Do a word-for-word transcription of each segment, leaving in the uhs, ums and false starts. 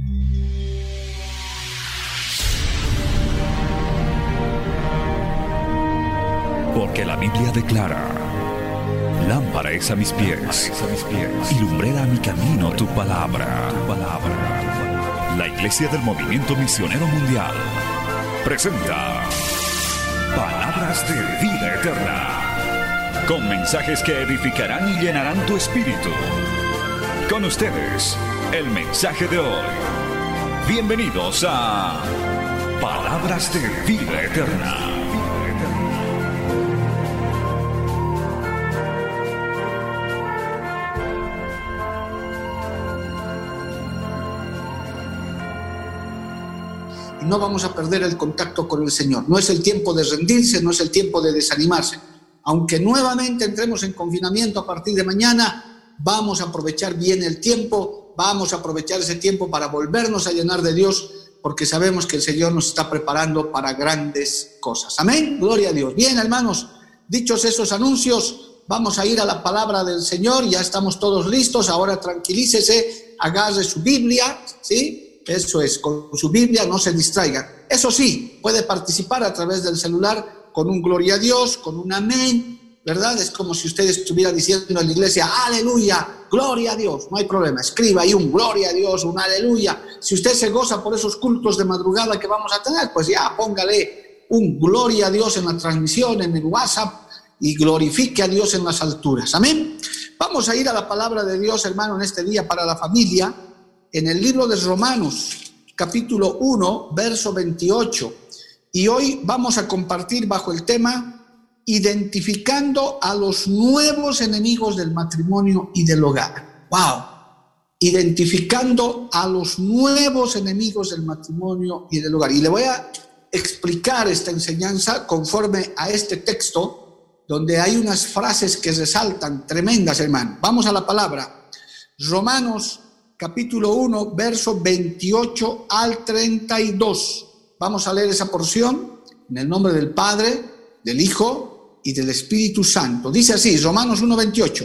Porque la Biblia declara: lámpara es a mis pies, y lumbrera a mi camino tu palabra. Tu palabra. La Iglesia del Movimiento Misionero Mundial presenta Palabras de Vida Eterna, con mensajes que edificarán y llenarán tu espíritu. Con ustedes, el mensaje de hoy. Bienvenidos a Palabras de Vida Eterna. Y no vamos a perder el contacto con el Señor. No es el tiempo de rendirse, no es el tiempo de desanimarse. Aunque nuevamente entremos en confinamiento a partir de mañana, vamos a aprovechar bien el tiempo, vamos a aprovechar ese tiempo para volvernos a llenar de Dios, porque sabemos que el Señor nos está preparando para grandes cosas. Amén, gloria a Dios. Bien, hermanos, dichos esos anuncios, vamos a ir a la palabra del Señor. Ya estamos todos listos. Ahora tranquilícese, agarre su Biblia, ¿sí? Eso es, con su Biblia, no se distraigan. Eso sí, puede participar a través del celular con un gloria a Dios, con un amén, ¿verdad? Es como si usted estuviera diciendo en la iglesia, aleluya, gloria a Dios. No hay problema, escriba ahí un gloria a Dios, un aleluya. Si usted se goza por esos cultos de madrugada que vamos a tener, pues ya, póngale un gloria a Dios en la transmisión, en el WhatsApp, y glorifique a Dios en las alturas. Amén. Vamos a ir a la palabra de Dios, hermano, en este día para la familia. En el libro de Romanos, capítulo uno, verso veintiocho. Y hoy vamos a compartir bajo el tema identificando a los nuevos enemigos del matrimonio y del hogar. ¡Wow! Identificando a los nuevos enemigos del matrimonio y del hogar. Y le voy a explicar esta enseñanza conforme a este texto, donde hay unas frases que resaltan tremendas, hermano. Vamos a la palabra. Romanos capítulo uno, verso veintiocho al treinta y dos. Vamos a leer esa porción en el nombre del Padre, del Hijo y del Espíritu Santo. Dice así, Romanos uno, veintiocho.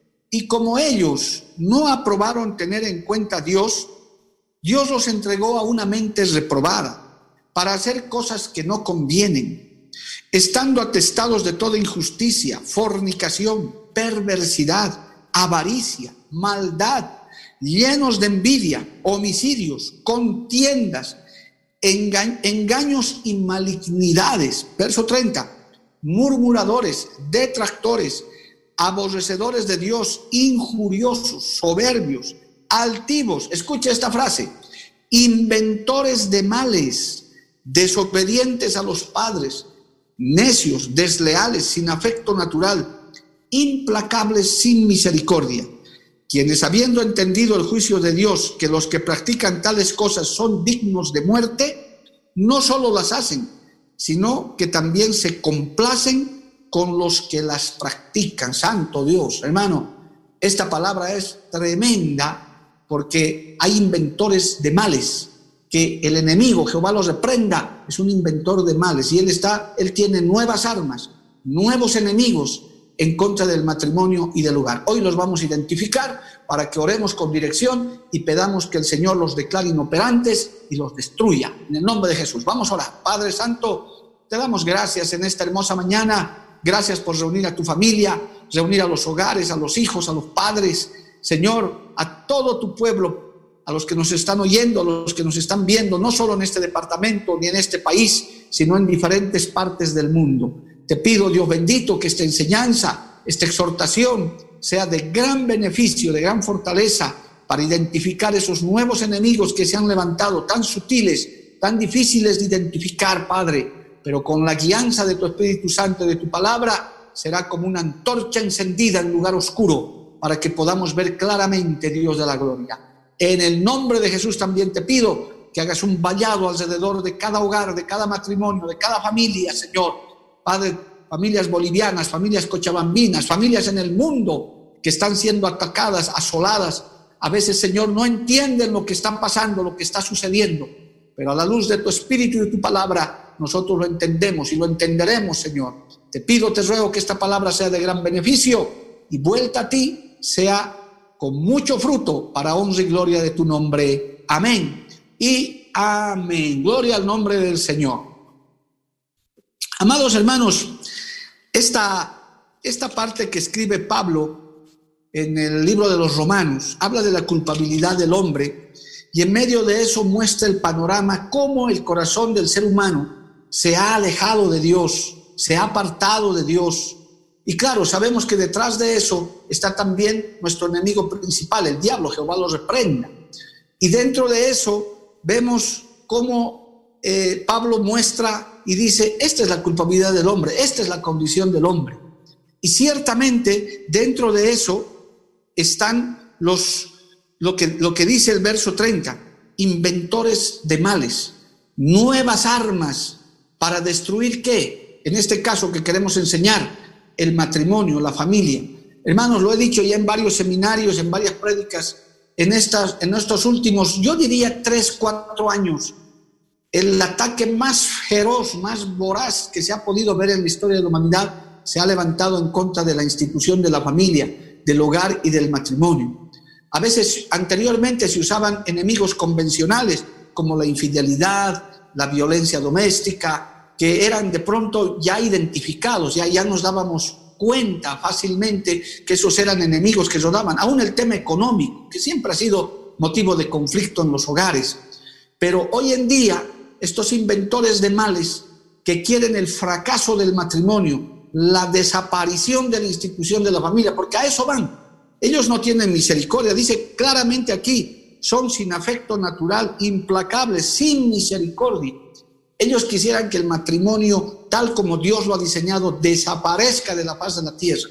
Y como ellos no aprobaron tener en cuenta a Dios, Dios los entregó a una mente reprobada para hacer cosas que no convienen, estando atestados de toda injusticia, fornicación, perversidad, avaricia, maldad, llenos de envidia, homicidios, contiendas, enga- engaños y malignidades. Verso treinta, murmuradores, detractores, aborrecedores de Dios, injuriosos, soberbios, altivos. Escucha esta frase: inventores de males, desobedientes a los padres, necios, desleales, sin afecto natural, implacables, sin misericordia, quienes, habiendo entendido el juicio de Dios, que los que practican tales cosas son dignos de muerte, no solo las hacen, sino que también se complacen con los que las practican. Santo Dios, hermano, esta palabra es tremenda, porque hay inventores de males, que el enemigo, Jehová los reprenda, es un inventor de males, y él está, él tiene nuevas armas, nuevos enemigos en contra del matrimonio y del hogar. Hoy los vamos a identificar para que oremos con dirección y pedamos que el Señor los declare inoperantes y los destruya. En el nombre de Jesús, vamos a orar. Padre Santo, te damos gracias en esta hermosa mañana. Gracias por reunir a tu familia, reunir a los hogares, a los hijos, a los padres. Señor, a todo tu pueblo, a los que nos están oyendo, a los que nos están viendo, no solo en este departamento ni en este país, sino en diferentes partes del mundo. Te pido, Dios bendito, que esta enseñanza, esta exhortación sea de gran beneficio, de gran fortaleza para identificar esos nuevos enemigos que se han levantado, tan sutiles, tan difíciles de identificar, Padre, pero con la guianza de tu Espíritu Santo y de tu palabra será como una antorcha encendida en lugar oscuro para que podamos ver claramente, Dios de la gloria. En el nombre de Jesús también te pido que hagas un vallado alrededor de cada hogar, de cada matrimonio, de cada familia, Señor. Padre, familias bolivianas, familias cochabambinas, familias en el mundo que están siendo atacadas, asoladas. A veces, Señor, no entienden lo que está pasando, lo que está sucediendo, pero a la luz de tu Espíritu y de tu palabra, nosotros lo entendemos y lo entenderemos, Señor. Te pido, te ruego que esta palabra sea de gran beneficio y vuelta a ti sea con mucho fruto para honra y gloria de tu nombre. Amén y amén. Gloria al nombre del Señor. Amados hermanos, esta, esta parte que escribe Pablo en el libro de los Romanos habla de la culpabilidad del hombre, y en medio de eso muestra el panorama cómo el corazón del ser humano se ha alejado de Dios, se ha apartado de Dios. Y claro, sabemos que detrás de eso está también nuestro enemigo principal, el diablo. Jehová lo reprenda. Y dentro de eso vemos cómo eh, Pablo muestra y dice, esta es la culpabilidad del hombre, esta es la condición del hombre. Y ciertamente dentro de eso están los, lo que, lo que dice el verso treinta, inventores de males, nuevas armas para destruir ¿qué? En este caso que queremos enseñar, el matrimonio, la familia. Hermanos, lo he dicho ya en varios seminarios, en varias prédicas, en, estas, en estos últimos, yo diría tres, cuatro años, el ataque más feroz, más voraz que se ha podido ver en la historia de la humanidad se ha levantado en contra de la institución de la familia, del hogar y del matrimonio. A veces anteriormente se usaban enemigos convencionales como la infidelidad, la violencia doméstica, que eran de pronto ya identificados, ya, ya nos dábamos cuenta fácilmente que esos eran enemigos que rodaban. Aún el tema económico, que siempre ha sido motivo de conflicto en los hogares. Pero hoy en día, estos inventores de males que quieren el fracaso del matrimonio, la desaparición de la institución de la familia, porque a eso van. Ellos no tienen misericordia, dice claramente aquí, son sin afecto natural, implacables, sin misericordia. Ellos quisieran que el matrimonio, tal como Dios lo ha diseñado, desaparezca de la faz de la tierra.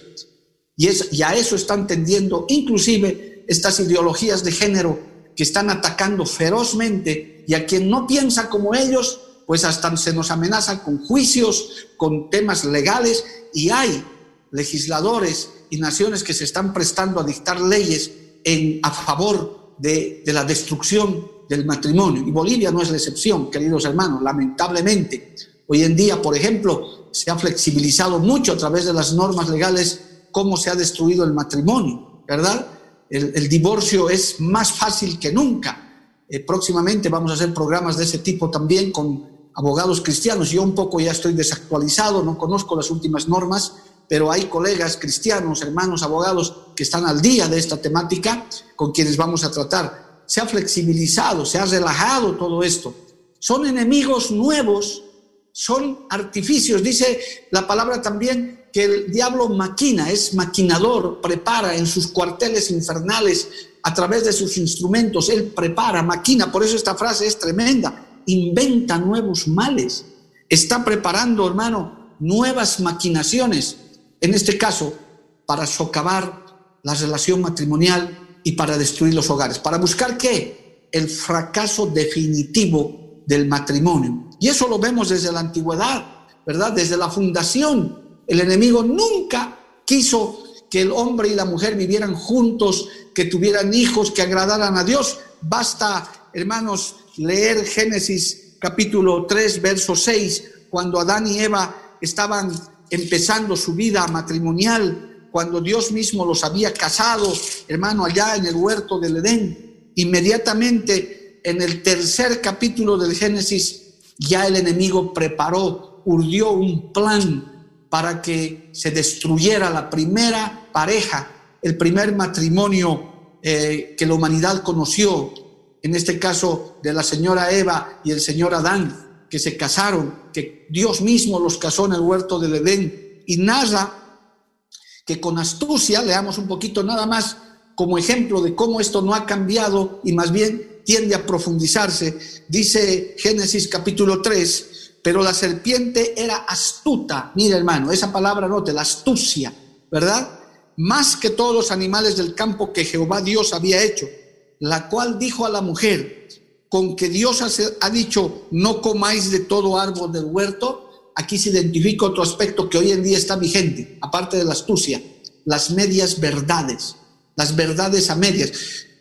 Y, es, y a eso están tendiendo inclusive estas ideologías de género que están atacando ferozmente, y a quien no piensa como ellos, pues hasta se nos amenaza con juicios, con temas legales, y hay legisladores y naciones que se están prestando a dictar leyes en, a favor de, de la destrucción del matrimonio. Y Bolivia no es la excepción, queridos hermanos, lamentablemente. Hoy en día, por ejemplo, se ha flexibilizado mucho a través de las normas legales cómo se ha destruido el matrimonio, ¿verdad? El, el divorcio es más fácil que nunca. Eh, próximamente vamos a hacer programas de ese tipo también con abogados cristianos. Yo un poco ya estoy desactualizado, no conozco las últimas normas, pero hay colegas cristianos, hermanos abogados que están al día de esta temática con quienes vamos a tratar. Se ha flexibilizado, se ha relajado todo esto. Son enemigos nuevos, son artificios. Dice la palabra también que el diablo maquina, es maquinador, prepara en sus cuarteles infernales a través de sus instrumentos. Él prepara, maquina. Por eso esta frase es tremenda. Inventa nuevos males. Está preparando, hermano, nuevas maquinaciones. En este caso, para socavar la relación matrimonial y para destruir los hogares. ¿Para buscar qué? El fracaso definitivo del matrimonio. Y eso lo vemos desde la antigüedad, ¿verdad? Desde la fundación. El enemigo nunca quiso que el hombre y la mujer vivieran juntos, que tuvieran hijos, que agradaran a Dios. Basta, hermanos, leer Génesis capítulo tres, verso seis, cuando Adán y Eva estaban empezando su vida matrimonial, cuando Dios mismo los había casado, hermano, allá en el huerto del Edén. Inmediatamente en el tercer capítulo del Génesis, ya el enemigo preparó, urdió un plan para que se destruyera la primera pareja, el primer matrimonio eh, que la humanidad conoció, en este caso de la señora Eva y el señor Adán, que se casaron, que Dios mismo los casó en el huerto del Edén. Y narra que con astucia, leamos un poquito nada más como ejemplo de cómo esto no ha cambiado y más bien tiende a profundizarse. Dice Génesis capítulo tres, pero la serpiente era astuta. Mira, hermano, esa palabra note, la astucia, ¿verdad? Más que todos los animales del campo que Jehová Dios había hecho, la cual dijo a la mujer, con que Dios ha dicho, no comáis de todo árbol del huerto. Aquí se identifica otro aspecto que hoy en día está vigente, aparte de la astucia, las medias verdades, las verdades a medias.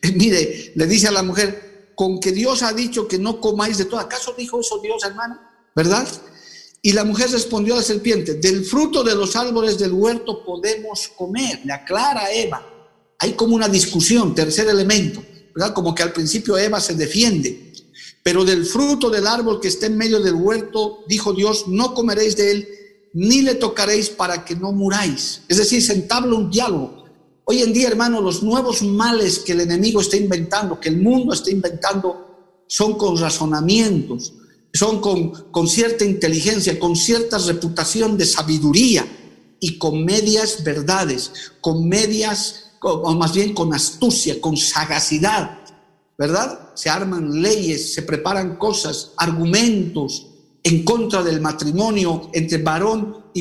Mire, le dice a la mujer, con que Dios ha dicho que no comáis de todo. ¿Acaso dijo eso Dios, hermano? ¿Verdad? Y la mujer respondió a la serpiente, del fruto de los árboles del huerto podemos comer. Le aclara a Eva. Hay como una discusión, tercer elemento. ¿verdad? Como que al principio Eva se defiende. Pero del fruto del árbol que está en medio del huerto, dijo Dios, no comeréis de él, ni le tocaréis para que no muráis. Es decir, se entabla un diálogo. Hoy en día, hermano, los nuevos males que el enemigo está inventando, que el mundo está inventando, son con razonamientos, son con, con cierta inteligencia, con cierta reputación de sabiduría y con medias verdades, con medias, o más bien con astucia, con sagacidad, ¿verdad? Se arman leyes, se preparan cosas, argumentos en contra del matrimonio entre varón y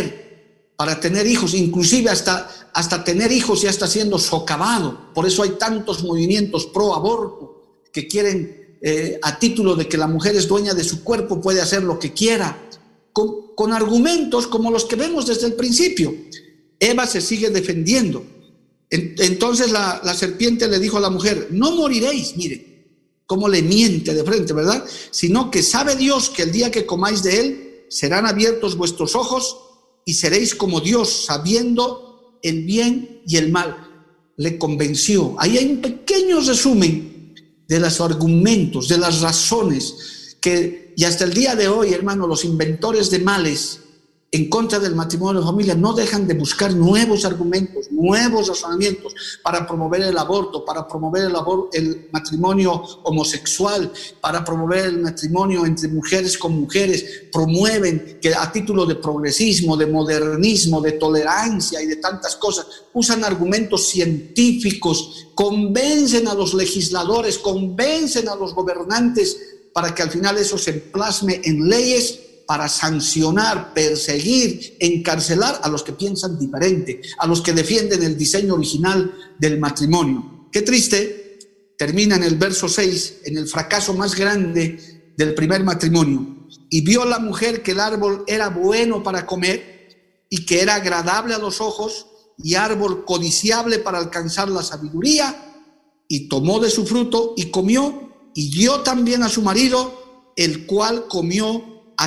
mujer para tener hijos, inclusive hasta, hasta tener hijos ya está siendo socavado. Por eso hay tantos movimientos pro aborto que quieren, eh, a título de que la mujer es dueña de su cuerpo, puede hacer lo que quiera, con, con argumentos como los que vemos desde el principio. Eva se sigue defendiendo. Entonces la, la serpiente le dijo a la mujer, no moriréis, mire, cómo le miente de frente, ¿verdad? Sino que sabe Dios que el día que comáis de él, serán abiertos vuestros ojos y seréis como Dios, sabiendo el bien y el mal. Le convenció. Ahí hay un pequeño resumen de los argumentos, de las razones que, y hasta el día de hoy, hermano, los inventores de males en contra del matrimonio de familia no dejan de buscar nuevos argumentos, nuevos razonamientos para promover el aborto, para promover el, abor- el matrimonio homosexual, para promover el matrimonio entre mujeres con mujeres. Promueven que a título de progresismo, de modernismo, de tolerancia y de tantas cosas, usan argumentos científicos, convencen a los legisladores, convencen a los gobernantes para que al final eso se plasme en leyes para sancionar, perseguir, encarcelar a los que piensan diferente, a los que defienden el diseño original del matrimonio. Qué triste, termina en el verso seis, en el fracaso más grande del primer matrimonio. Y vio la mujer que el árbol era bueno para comer y que era agradable a los ojos y árbol codiciable para alcanzar la sabiduría, y tomó de su fruto y comió, y dio también a su marido, el cual comió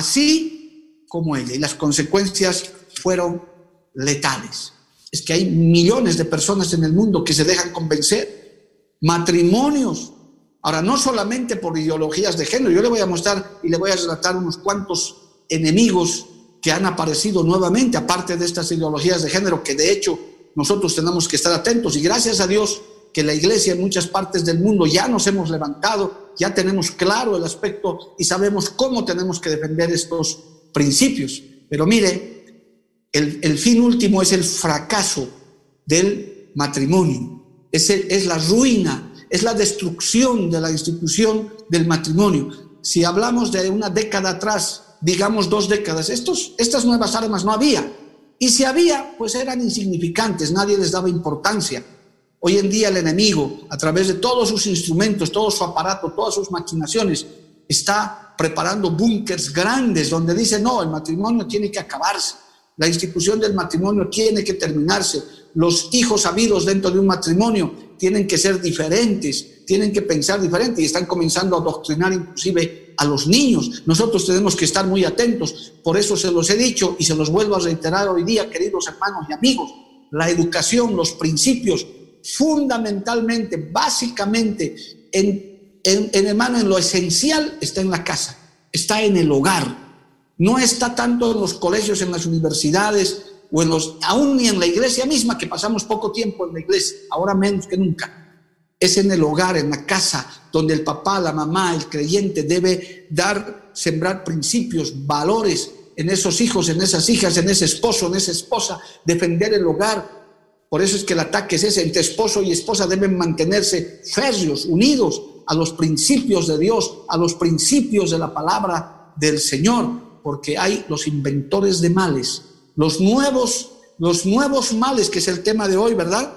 así como ella, y las consecuencias fueron letales. Es que hay millones de personas en el mundo que se dejan convencer, matrimonios, ahora no solamente por ideologías de género. Yo le voy a mostrar y le voy a relatar unos cuantos enemigos que han aparecido nuevamente, aparte de estas ideologías de género, que de hecho nosotros tenemos que estar atentos, y gracias a Dios que la iglesia en muchas partes del mundo ya nos hemos levantado, ya tenemos claro el aspecto y sabemos cómo tenemos que defender estos principios. Pero mire, el, el fin último es el fracaso del matrimonio, es, el, es la ruina, es la destrucción de la institución del matrimonio. Si hablamos de una década atrás, digamos dos décadas, estos, estas nuevas armas no había, y si había, pues eran insignificantes, nadie les daba importancia. Hoy en día el enemigo, a través de todos sus instrumentos, todo su aparato, todas sus maquinaciones, está preparando búnkers grandes donde dice, no, el matrimonio tiene que acabarse, la institución del matrimonio tiene que terminarse, los hijos habidos dentro de un matrimonio tienen que ser diferentes, tienen que pensar diferente, y están comenzando a adoctrinar inclusive a los niños. Nosotros tenemos que estar muy atentos, por eso se los he dicho y se los vuelvo a reiterar hoy día, queridos hermanos y amigos, la educación, los principios, fundamentalmente, básicamente, en, en, en, hermano, en lo esencial está en la casa, está en el hogar. No está tanto en los colegios, en las universidades, o en los, aún ni en la iglesia misma, que pasamos poco tiempo en la iglesia, ahora menos que nunca. Es en el hogar, en la casa, donde el papá, la mamá, el creyente debe dar, sembrar principios, valores en esos hijos, en esas hijas, en ese esposo, en esa esposa, defender el hogar. Por eso es que el ataque es ese, entre esposo y esposa deben mantenerse férreos, unidos a los principios de Dios, a los principios de la palabra del Señor, porque hay los inventores de males, los nuevos, los nuevos males, que es el tema de hoy, ¿verdad?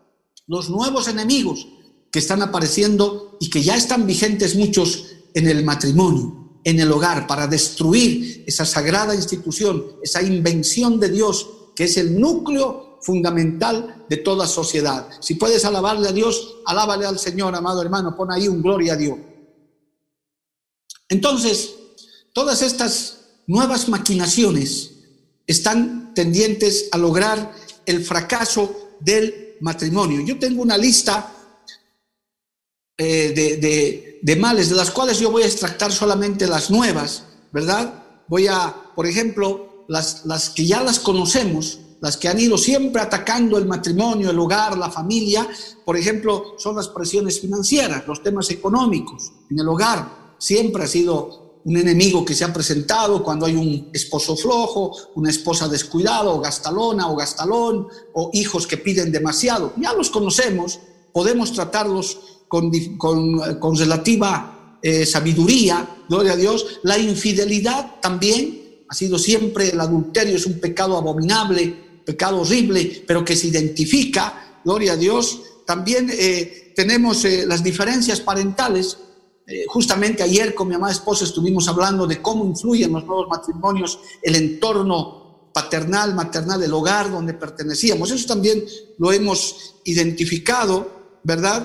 Los nuevos enemigos que están apareciendo y que ya están vigentes muchos en el matrimonio, en el hogar, para destruir esa sagrada institución, esa invención de Dios, que es el núcleo fundamental de toda sociedad. Si puedes alabarle a Dios, alábale al Señor, amado hermano, pon ahí un gloria a Dios. Entonces, todas estas nuevas maquinaciones están tendientes a lograr el fracaso del matrimonio. Yo tengo una lista eh, de, de, de males, de las cuales yo voy a extractar solamente las nuevas, ¿verdad? Voy a, por ejemplo, las, las que ya las conocemos, las que han ido siempre atacando el matrimonio, el hogar, la familia, por ejemplo, son las presiones financieras, los temas económicos en el hogar. Siempre ha sido un enemigo que se ha presentado cuando hay un esposo flojo, una esposa descuidada o gastalona o gastalón, o hijos que piden demasiado. Ya los conocemos, podemos tratarlos con, con, con relativa eh, sabiduría, gloria a Dios. La infidelidad también ha sido siempre, el adulterio es un pecado abominable, pecado horrible, pero que se identifica, gloria a Dios. También eh, tenemos eh, las diferencias parentales. Eh, justamente ayer con mi amada esposa estuvimos hablando de cómo influyen los nuevos matrimonios el entorno paternal, maternal, el hogar donde pertenecíamos. Eso también lo hemos identificado, ¿verdad?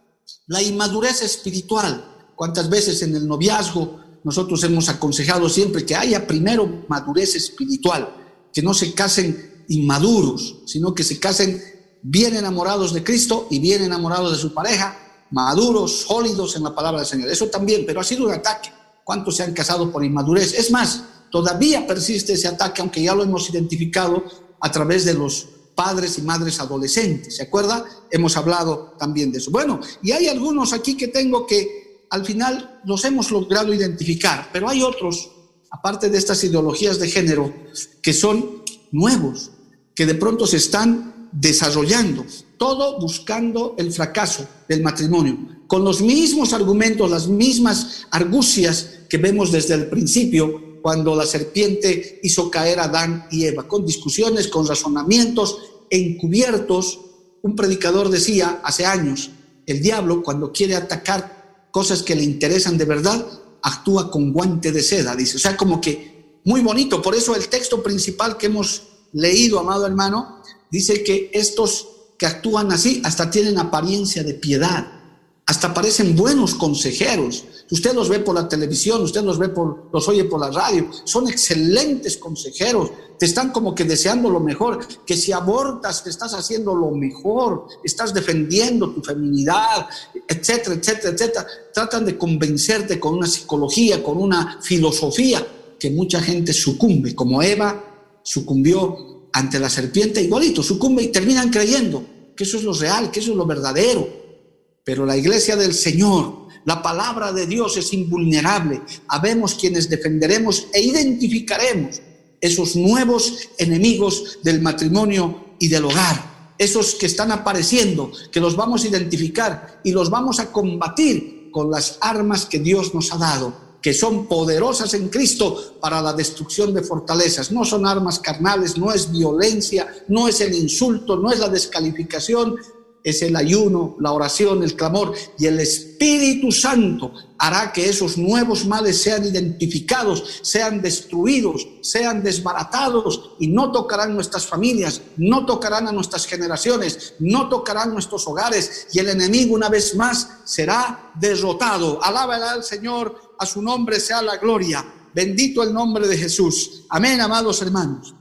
La inmadurez espiritual. ¿Cuántas veces en el noviazgo nosotros hemos aconsejado siempre que haya primero madurez espiritual, que no se casen inmaduros, sino que se casen bien enamorados de Cristo y bien enamorados de su pareja, maduros, sólidos en la palabra del Señor? Eso también, pero ha sido un ataque. ¿Cuántos se han casado por inmadurez? Es más, todavía persiste ese ataque, aunque ya lo hemos identificado a través de los padres y madres adolescentes. ¿Se acuerda? Hemos hablado también de eso. Bueno, y hay algunos aquí que tengo que al final los hemos logrado identificar, pero hay otros, aparte de estas ideologías de género, que son nuevos, que de pronto se están desarrollando, todo buscando el fracaso del matrimonio, con los mismos argumentos, las mismas argucias que vemos desde el principio, cuando la serpiente hizo caer a Adán y Eva, con discusiones, con razonamientos encubiertos. Un predicador decía hace años, el diablo cuando quiere atacar cosas que le interesan de verdad, actúa con guante de seda, dice. O sea, como que muy bonito. Por eso el texto principal que hemos leído, amado hermano, dice que estos que actúan así hasta tienen apariencia de piedad, hasta parecen buenos consejeros. Usted los ve por la televisión, usted los ve por, los oye por la radio, son excelentes consejeros, te están como que deseando lo mejor, que si abortas te estás haciendo lo mejor, estás defendiendo tu feminidad, etcétera, etcétera, etcétera. Tratan de convencerte con una psicología, con una filosofía, que mucha gente sucumbe, como Eva sucumbió ante la serpiente, igualito, sucumbe y terminan creyendo que eso es lo real, que eso es lo verdadero. Pero la iglesia del Señor, la palabra de Dios es invulnerable. Habemos quienes defenderemos e identificaremos esos nuevos enemigos del matrimonio y del hogar, esos que están apareciendo, que los vamos a identificar y los vamos a combatir con las armas que Dios nos ha dado, que son poderosas en Cristo para la destrucción de fortalezas. No son armas carnales, no es violencia, no es el insulto, no es la descalificación, es el ayuno, la oración, el clamor, y el Espíritu Santo hará que esos nuevos males sean identificados, sean destruidos, sean desbaratados, y no tocarán nuestras familias, no tocarán a nuestras generaciones, no tocarán nuestros hogares, y el enemigo una vez más será derrotado. Alábala al Señor, a su nombre sea la gloria. Bendito el nombre de Jesús. Amén, amados hermanos.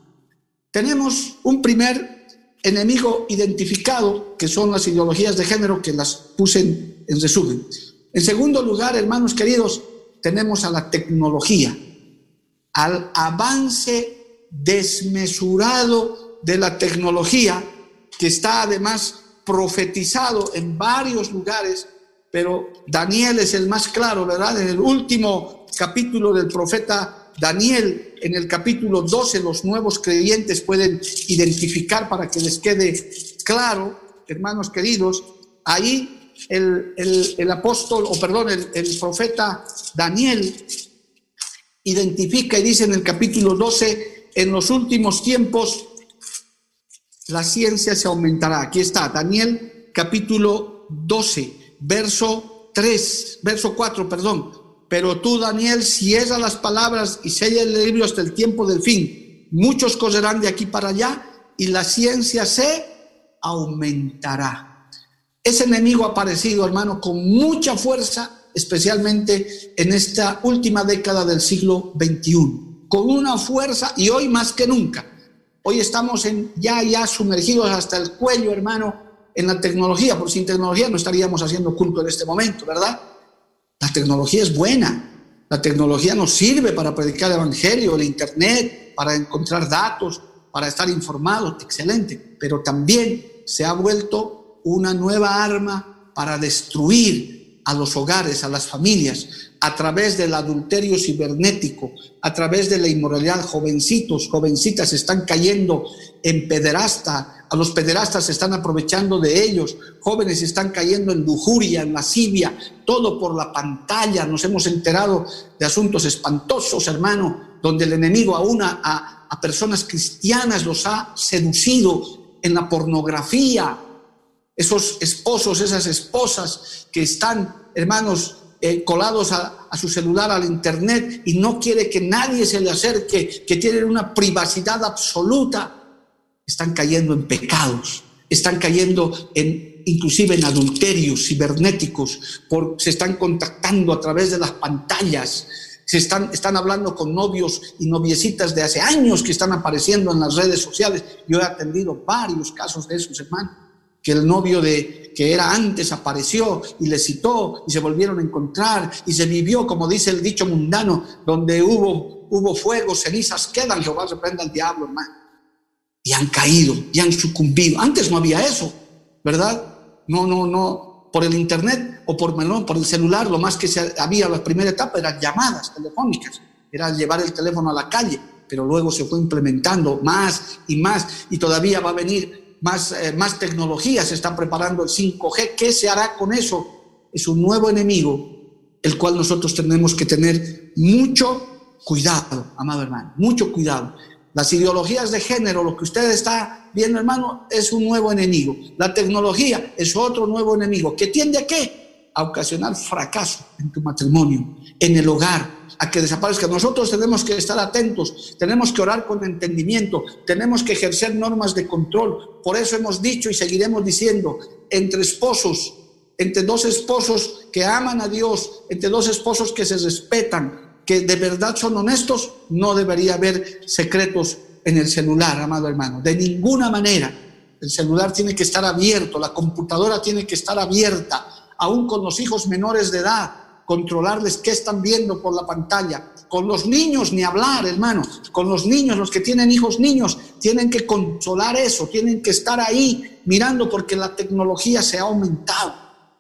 Tenemos un primer enemigo identificado, que son las ideologías de género, que las puse en, en resumen. En segundo lugar, hermanos queridos, tenemos a la tecnología, al avance desmesurado de la tecnología, que está además profetizado en varios lugares, pero Daniel es el más claro, ¿verdad? En el último capítulo del profeta Daniel, en el capítulo doce, los nuevos creyentes pueden identificar para que les quede claro, hermanos queridos. Ahí el, el, el apóstol, o perdón, el, el profeta Daniel identifica y dice en el capítulo doce, en los últimos tiempos la ciencia se aumentará. Aquí está, Daniel capítulo doce, verso tres, verso cuatro, perdón. Pero tú, Daniel, cierra las palabras y sella el libro hasta el tiempo del fin. Muchos correrán de aquí para allá y la ciencia se aumentará. Ese enemigo ha aparecido, hermano, con mucha fuerza, especialmente en esta última década del siglo veintiuno. Con una fuerza, y hoy más que nunca. Hoy estamos en, ya, ya sumergidos hasta el cuello, hermano, en la tecnología, porque sin tecnología no estaríamos haciendo culto en este momento, ¿verdad? La tecnología es buena, la tecnología nos sirve para predicar el evangelio, el internet, para encontrar datos, para estar informados, excelente, pero también se ha vuelto una nueva arma para destruir a los hogares, a las familias, a través del adulterio cibernético, a través de la inmoralidad. Jovencitos, jovencitas están cayendo en pederasta, a los pederastas se están aprovechando de ellos, jóvenes están cayendo en lujuria, en lascivia, todo por la pantalla. Nos hemos enterado de asuntos espantosos, hermano, donde el enemigo aún a, a, a personas cristianas los ha seducido en la pornografía. Esos esposos, esas esposas que están, hermanos, eh, colados a, a su celular, al internet, y no quiere que nadie se le acerque, que tienen una privacidad absoluta, están cayendo en pecados, están cayendo en, inclusive en adulterios cibernéticos, por, se están contactando a través de las pantallas, se están, están hablando con novios y noviecitas de hace años que están apareciendo en las redes sociales. Yo he atendido varios casos de esos, hermanos, que el novio de, que era antes apareció y le citó y se volvieron a encontrar y se vivió, como dice el dicho mundano, donde hubo, hubo fuego, cenizas quedan, Jehová reprenda al diablo, hermano. Y han caído, y han sucumbido. Antes no había eso, ¿verdad? No, no, no, por el internet o por, no, por el celular, lo más que se había la primera etapa eran llamadas telefónicas, era llevar el teléfono a la calle, pero luego se fue implementando más y más, y todavía va a venir más, eh, más tecnología. Se está preparando el cinco G. ¿Qué se hará con eso? Es un nuevo enemigo, el cual nosotros tenemos que tener mucho cuidado, amado hermano, mucho cuidado. Las ideologías de género, lo que usted está viendo, hermano, es un nuevo enemigo. La tecnología es otro nuevo enemigo. ¿Que tiende a qué? A ocasionar fracaso en tu matrimonio, en el hogar, a que desaparezca. Nosotros tenemos que estar atentos, tenemos que orar con entendimiento, tenemos que ejercer normas de control. Por eso hemos dicho y seguiremos diciendo, entre esposos, entre dos esposos que aman a Dios, entre dos esposos que se respetan, que de verdad son honestos, no debería haber secretos en el celular, amado hermano, de ninguna manera. El celular tiene que estar abierto, la computadora tiene que estar abierta, aún con los hijos menores de edad, controlarles qué están viendo por la pantalla. Con los niños ni hablar, hermano, con los niños, los que tienen hijos niños, tienen que controlar eso, tienen que estar ahí mirando, porque la tecnología se ha aumentado.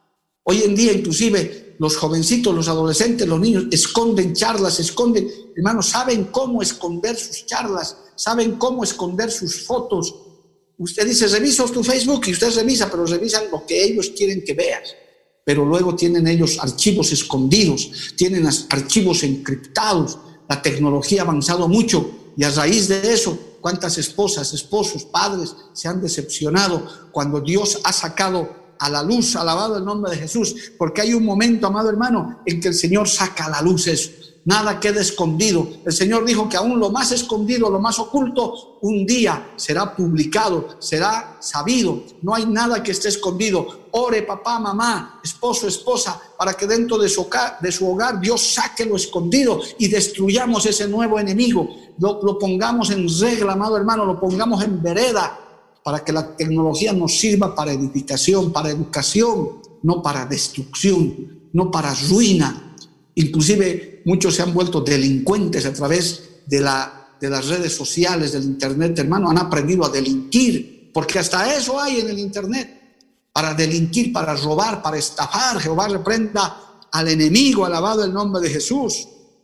Hoy en día, inclusive, los jovencitos, los adolescentes, los niños esconden charlas, esconden, hermanos, saben cómo esconder sus charlas, saben cómo esconder sus fotos. Usted dice, revisas tu Facebook, y usted revisa, pero revisan lo que ellos quieren que veas. Pero luego tienen ellos archivos escondidos, tienen archivos encriptados. La tecnología ha avanzado mucho, y a raíz de eso, cuántas esposas, esposos, padres se han decepcionado cuando Dios ha sacado a la luz, alabado el nombre de Jesús, porque hay un momento, amado hermano, en que el Señor saca a la luz eso. Nada queda escondido. El Señor dijo que aún lo más escondido, lo más oculto, un día será publicado, será sabido. No hay nada que esté escondido. Ore, papá, mamá, esposo, esposa, para que dentro de su hogar, de su hogar Dios saque lo escondido y destruyamos ese nuevo enemigo. Lo, lo pongamos en regla, amado hermano, lo pongamos en vereda, para que la tecnología nos sirva para edificación, para educación, no para destrucción, no para ruina. Inclusive muchos se han vuelto delincuentes a través de, la, de las redes sociales, del internet, hermano. Han aprendido a delinquir, porque hasta eso hay en el internet, para delinquir, para robar, para estafar. Jehová reprenda al enemigo, alabado el nombre de Jesús.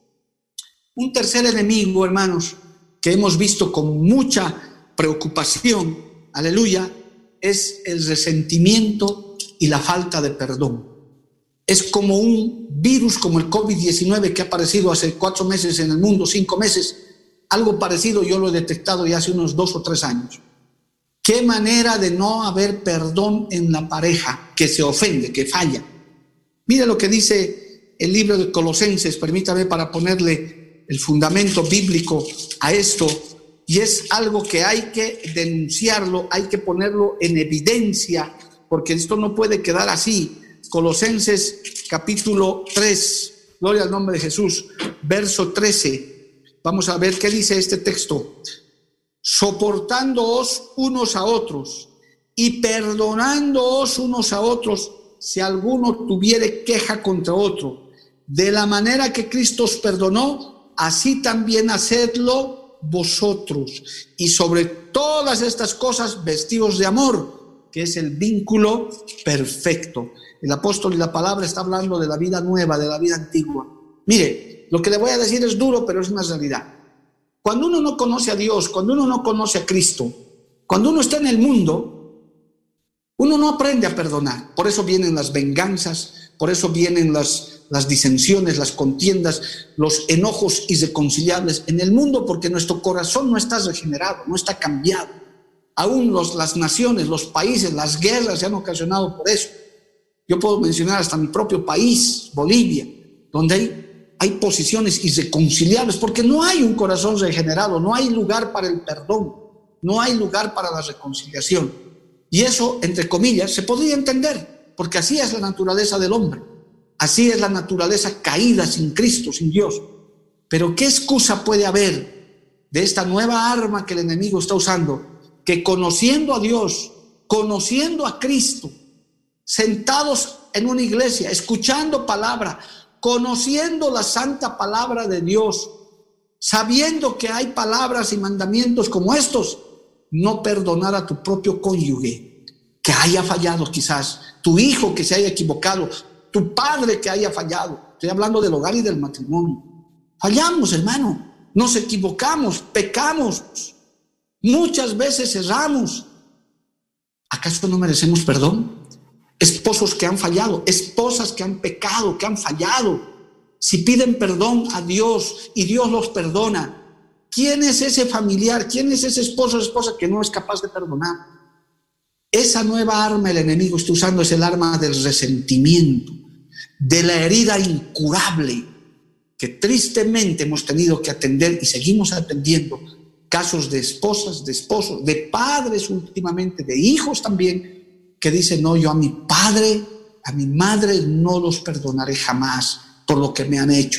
Un tercer enemigo, hermanos, que hemos visto con mucha preocupación, aleluya, es el resentimiento y la falta de perdón. Es como un virus, como el COVID diecinueve, que ha aparecido hace cuatro meses en el mundo, cinco meses. Algo parecido yo lo he detectado ya hace unos dos o tres años. Qué manera de no haber perdón en la pareja, que se ofende, que falla. Mire lo que dice el libro de Colosenses, permítame para ponerle el fundamento bíblico a esto. Y es algo que hay que denunciarlo, hay que ponerlo en evidencia, porque esto no puede quedar así. Colosenses capítulo tres, gloria al nombre de Jesús, verso trece. Vamos a ver qué dice este texto. Soportándoos unos a otros y perdonándoos unos a otros, si alguno tuviere queja contra otro. De la manera que Cristo os perdonó, así también hacedlo vosotros. Y sobre todas estas cosas, vestidos de amor, que es el vínculo perfecto. El apóstol y la palabra está hablando de la vida nueva, de la vida antigua. Mire, lo que le voy a decir es duro, pero es una realidad. Cuando uno no conoce a Dios, cuando uno no conoce a Cristo, cuando uno está en el mundo, uno no aprende a perdonar. Por eso vienen las venganzas, por eso vienen las, las disensiones, las contiendas, los enojos irreconciliables en el mundo, porque nuestro corazón no está regenerado, no está cambiado. Aún los, las naciones, los países, las guerras se han ocasionado por eso. Yo puedo mencionar hasta mi propio país, Bolivia, donde hay, hay posiciones irreconciliables, porque no hay un corazón regenerado, no hay lugar para el perdón, no hay lugar para la reconciliación. Y eso, entre comillas, se podría entender, porque así es la naturaleza del hombre. Así es la naturaleza caída sin Cristo, sin Dios. Pero ¿qué excusa puede haber de esta nueva arma que el enemigo está usando? Que conociendo a Dios, conociendo a Cristo, sentados en una iglesia, escuchando palabra, conociendo la santa palabra de Dios, sabiendo que hay palabras y mandamientos como estos, no perdonar a tu propio cónyuge que haya fallado, quizás tu hijo que se haya equivocado, tu padre que haya fallado. Estoy hablando del hogar y del matrimonio. Fallamos, hermano, nos equivocamos, pecamos, muchas veces erramos. ¿Acaso no merecemos perdón? Esposos que han fallado, esposas que han pecado, que han fallado, si piden perdón a Dios y Dios los perdona, ¿quién es ese familiar? ¿Quién es ese esposo o esposa que no es capaz de perdonar? Esa nueva arma el enemigo está usando es el arma del resentimiento, de la herida incurable que tristemente hemos tenido que atender y seguimos atendiendo. Casos de esposas, de esposos, de padres últimamente, de hijos también, que dicen, no, yo a mi padre, a mi madre no los perdonaré jamás por lo que me han hecho.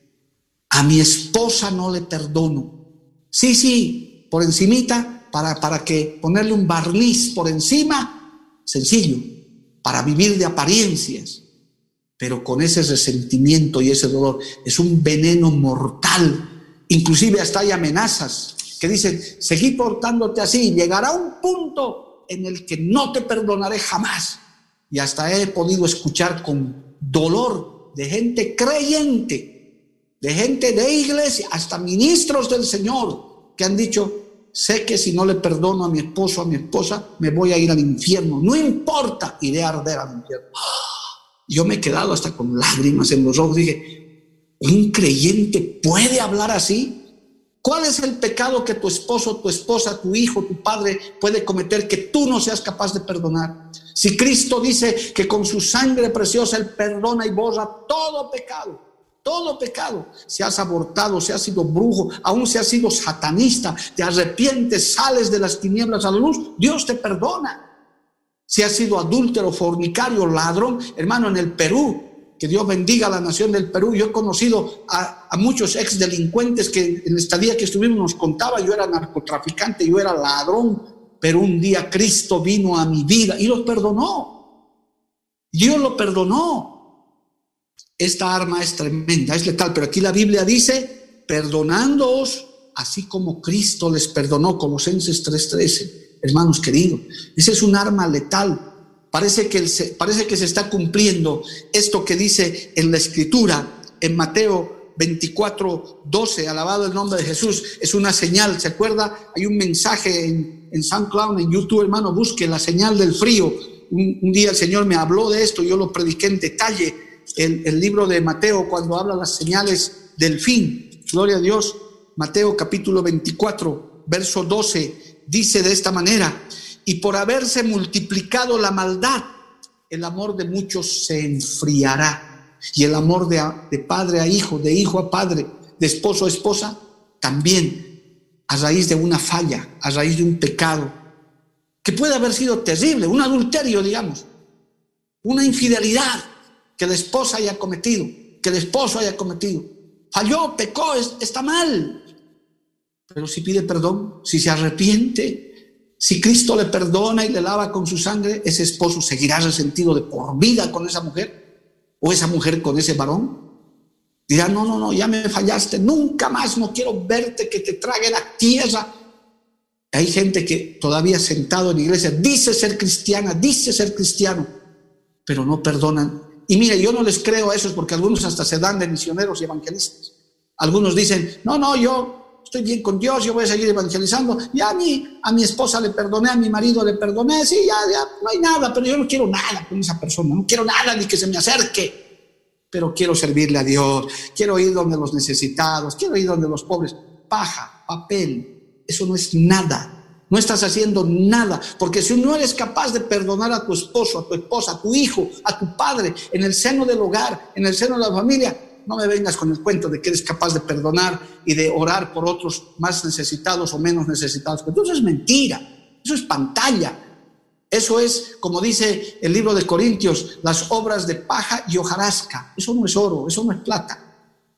A mi esposa no le perdono. Sí, sí, por encimita, para, para que ponerle un barniz por encima, sencillo, para vivir de apariencias, pero con ese resentimiento y ese dolor, es un veneno mortal. Inclusive hasta hay amenazas que dicen, seguí portándote así, llegará un punto en el que no te perdonaré jamás. Y hasta he podido escuchar con dolor de gente creyente, de gente de iglesia, hasta ministros del Señor, que han dicho, sé que si no le perdono a mi esposo, a mi esposa, me voy a ir al infierno. No importa, iré a arder al infierno. Yo me he quedado hasta con lágrimas en los ojos. Dije, ¿un creyente puede hablar así? ¿Cuál es el pecado que tu esposo, tu esposa, tu hijo, tu padre puede cometer que tú no seas capaz de perdonar? Si Cristo dice que con su sangre preciosa Él perdona y borra todo pecado, todo pecado. Si has abortado, si has sido brujo, aún si has sido satanista, te arrepientes, sales de las tinieblas a la luz, Dios te perdona. Si has sido adúltero, fornicario, ladrón, hermano, en el Perú, que Dios bendiga a la nación del Perú. Yo he conocido a, a muchos ex delincuentes que en la estadía que estuvimos nos contaba, yo era narcotraficante, yo era ladrón, pero un día Cristo vino a mi vida y los perdonó. Dios lo perdonó. Esta arma es tremenda, es letal, pero aquí la Biblia dice, perdonándoos así como Cristo les perdonó, Colosenses tres trece. Hermanos queridos, esa es un arma letal. Parece que, se, parece que se está cumpliendo esto que dice en la Escritura, en Mateo veinticuatro doce, alabado el nombre de Jesús, es una señal. ¿Se acuerda? Hay un mensaje en, en SoundCloud, en YouTube, hermano, busque la señal del frío. Un, un día el Señor me habló de esto, yo lo prediqué en detalle, el, el libro de Mateo, cuando habla las señales del fin. Gloria a Dios. Mateo capítulo veinticuatro, verso doce, dice de esta manera: y por haberse multiplicado la maldad, el amor de muchos se enfriará, y el amor de, a, de padre a hijo, de hijo a padre, de esposo a esposa, también, a raíz de una falla, a raíz de un pecado, que puede haber sido terrible, un adulterio, digamos, una infidelidad que la esposa haya cometido, que el esposo haya cometido, falló, pecó, es, está mal, pero si pide perdón, si se arrepiente, Si Cristo le perdona y le lava con su sangre, ese esposo seguirá resentido de por vida con esa mujer, o esa mujer con ese varón. Dirá, no, no, no, ya me fallaste, nunca más, no quiero verte, que te trague la tierra. Hay gente que todavía sentado en la iglesia dice ser cristiana, dice ser cristiano, pero no perdonan. Y mire, yo no les creo a esos, porque algunos hasta se dan de misioneros y evangelistas. Algunos dicen, no, no, yo estoy bien con Dios, yo voy a seguir evangelizando. Ya a mí, a mi esposa le perdoné, a mi marido le perdoné, sí, ya, ya, no hay nada, pero yo no quiero nada con esa persona, no quiero nada ni que se me acerque, pero quiero servirle a Dios, quiero ir donde los necesitados, quiero ir donde los pobres. Paja, papel, eso no es nada, no estás haciendo nada, porque si no eres capaz de perdonar a tu esposo, a tu esposa, a tu hijo, a tu padre, en el seno del hogar, en el seno de la familia, no me vengas con el cuento de que eres capaz de perdonar y de orar por otros más necesitados o menos necesitados. Pero eso es mentira, eso es pantalla. Eso es, como dice el libro de Corintios, las obras de paja y hojarasca. Eso no es oro, eso no es plata.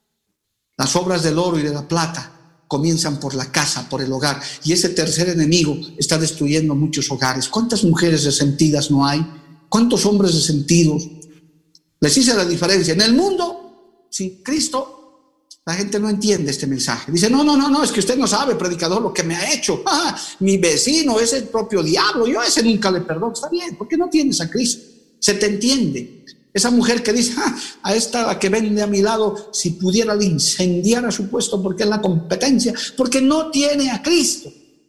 Las obras del oro y de la plata comienzan por la casa, por el hogar. Y ese tercer enemigo está destruyendo muchos hogares. ¿Cuántas mujeres resentidas no hay? ¿Cuántos hombres resentidos? Les hice la diferencia. En el mundo, sin Cristo, la gente no entiende este mensaje. Dice, no, no, no, no, es que usted no sabe, predicador, lo que me ha hecho. Ah, mi vecino es el propio diablo, yo a ese nunca le perdono. Está bien, porque no tienes a Cristo. Se te entiende. Esa mujer que dice, ah, a esta la que vende a mi lado, si pudiera le incendiara su puesto porque es la competencia, porque no tiene a Cristo.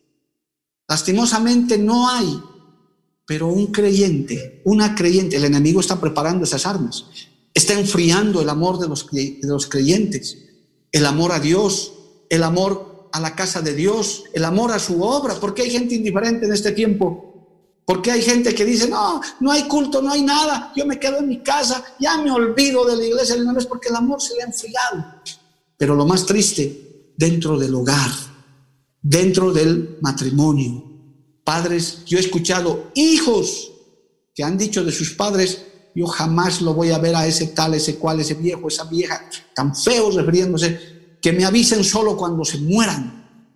Lastimosamente no hay, pero un creyente, una creyente, el enemigo está preparando esas armas. Está enfriando el amor de los, de los creyentes, el amor a Dios, el amor a la casa de Dios, el amor a su obra. ¿Por qué hay gente indiferente en este tiempo? ¿Por qué hay gente que dice, no, no hay culto, no hay nada, yo me quedo en mi casa, ya me olvido de la iglesia? No es porque el amor se le ha enfriado. Pero lo más triste, dentro del hogar, dentro del matrimonio. Padres, yo he escuchado hijos que han dicho de sus padres, yo jamás lo voy a ver a ese tal, ese cual, ese viejo, esa vieja, tan feos refiriéndose, que me avisen solo cuando se mueran.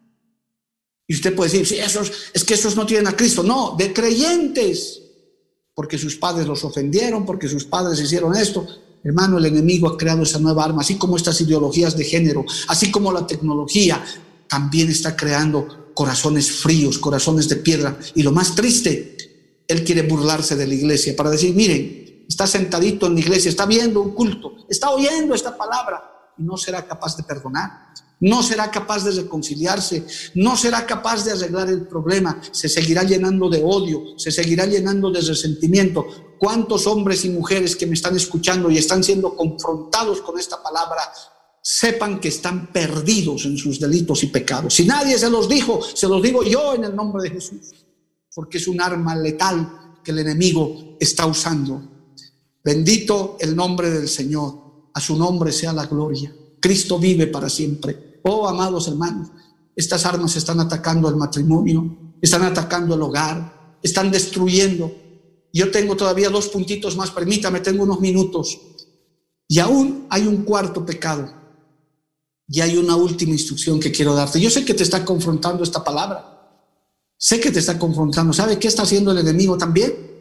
Y usted puede decir, sí, esos, es que esos no tienen a Cristo. No, de creyentes, porque sus padres los ofendieron, porque sus padres hicieron esto. Hermano, el enemigo ha creado esa nueva arma, así como estas ideologías de género, así como la tecnología, también está creando corazones fríos, corazones de piedra. Y lo más triste, él quiere burlarse de la iglesia para decir, miren, está sentadito en la iglesia, está viendo un culto, está oyendo esta palabra y no será capaz de perdonar, no será capaz de reconciliarse, no será capaz de arreglar el problema, se seguirá llenando de odio, se seguirá llenando de resentimiento. ¿Cuántos hombres y mujeres que me están escuchando y están siendo confrontados con esta palabra, sepan que están perdidos en sus delitos y pecados? Si nadie se los dijo, se los digo yo en el nombre de Jesús, porque es un arma letal que el enemigo está usando. Bendito el nombre del Señor, a su nombre sea la gloria. Cristo vive para siempre. Oh, amados hermanos, estas armas están atacando el matrimonio, están atacando el hogar, están destruyendo. Yo tengo todavía dos puntitos más, permítame, tengo unos minutos. Y aún hay un cuarto pecado. Y hay una última instrucción que quiero darte. Yo sé que te está confrontando esta palabra. Sé que te está confrontando. ¿Sabe qué está haciendo el enemigo también?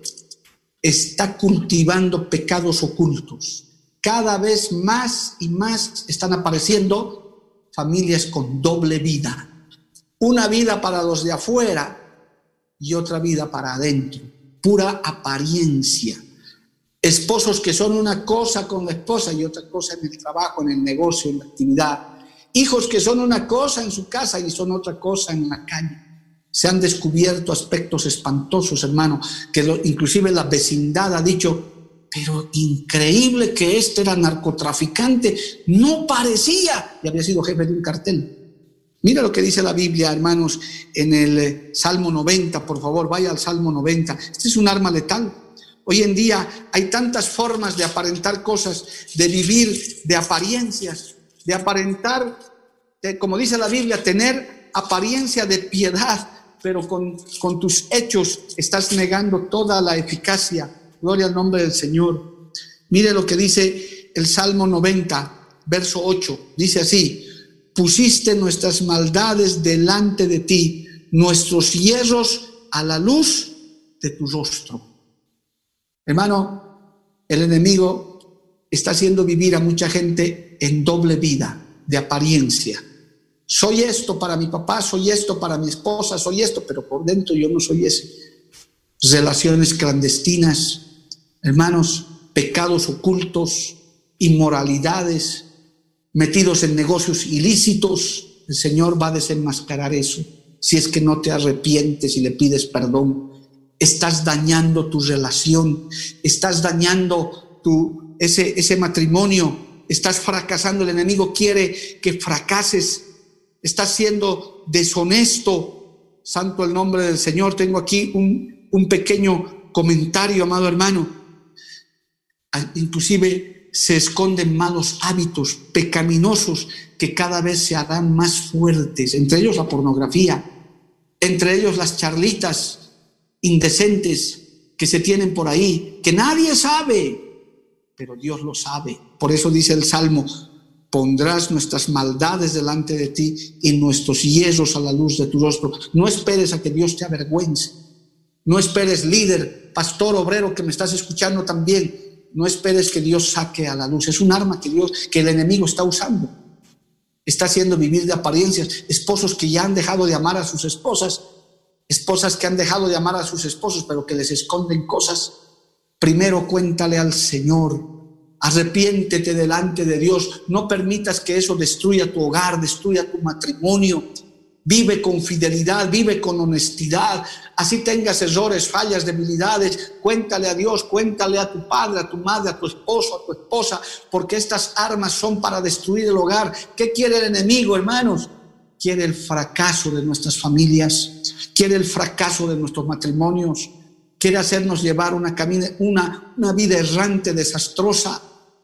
Está cultivando pecados ocultos. Cada vez más y más están apareciendo familias con doble vida. Una vida para los de afuera y otra vida para adentro. Pura apariencia. Esposos que son una cosa con la esposa y otra cosa en el trabajo, en el negocio, en la actividad. Hijos que son una cosa en su casa y son otra cosa en la calle. Se han descubierto aspectos espantosos, hermano, que lo, inclusive la vecindad ha dicho, pero increíble que este era narcotraficante, no parecía, y había sido jefe de un cartel. Mira lo que dice la Biblia, hermanos, en el eh, Salmo noventa, por favor, vaya al Salmo noventa. Este es un arma letal. Hoy en día hay tantas formas de aparentar cosas, de vivir de apariencias, de aparentar, de, como dice la Biblia, tener apariencia de piedad, pero con, con tus hechos estás negando toda la eficacia. Gloria al nombre del Señor. Mire lo que dice el Salmo noventa, verso ocho. Dice así: pusiste nuestras maldades delante de ti, nuestros hierros a la luz de tu rostro. Hermano, el enemigo está haciendo vivir a mucha gente en doble vida, de apariencia. Soy esto para mi papá, soy esto para mi esposa, soy esto, pero por dentro yo no soy ese. Relaciones clandestinas, hermanos, pecados ocultos, inmoralidades, metidos en negocios ilícitos. El Señor va a desenmascarar eso. Si es que no te arrepientes y le pides perdón, estás dañando tu relación, estás dañando tu, ese, ese matrimonio, estás fracasando. El enemigo quiere que fracases, estás siendo deshonesto. Santo el nombre del Señor. Tengo aquí un, un pequeño comentario, amado hermano. Inclusive se esconden malos hábitos pecaminosos que cada vez se harán más fuertes, entre ellos la pornografía, entre ellos las charlitas indecentes que se tienen por ahí, que nadie sabe, pero Dios lo sabe. Por eso dice el Salmo: pondrás nuestras maldades delante de ti y nuestros hierros a la luz de tu rostro. No esperes a que Dios te avergüence. No esperes, líder, pastor, obrero que me estás escuchando también, no esperes que Dios saque a la luz. Es un arma que Dios, que el enemigo está usando. Está haciendo vivir de apariencias. Esposos que ya han dejado de amar a sus esposas, esposas que han dejado de amar a sus esposos, pero que les esconden cosas. Primero cuéntale al Señor, arrepiéntete delante de Dios, no permitas que eso destruya tu hogar, destruya tu matrimonio. Vive con fidelidad, vive con honestidad, así tengas errores, fallas, debilidades, cuéntale a Dios, cuéntale a tu padre, a tu madre, a tu esposo, a tu esposa, porque estas armas son para destruir el hogar. ¿Qué quiere el enemigo, hermanos? Quiere el fracaso de nuestras familias, quiere el fracaso de nuestros matrimonios, quiere hacernos llevar una, camina, una, una vida errante, desastrosa.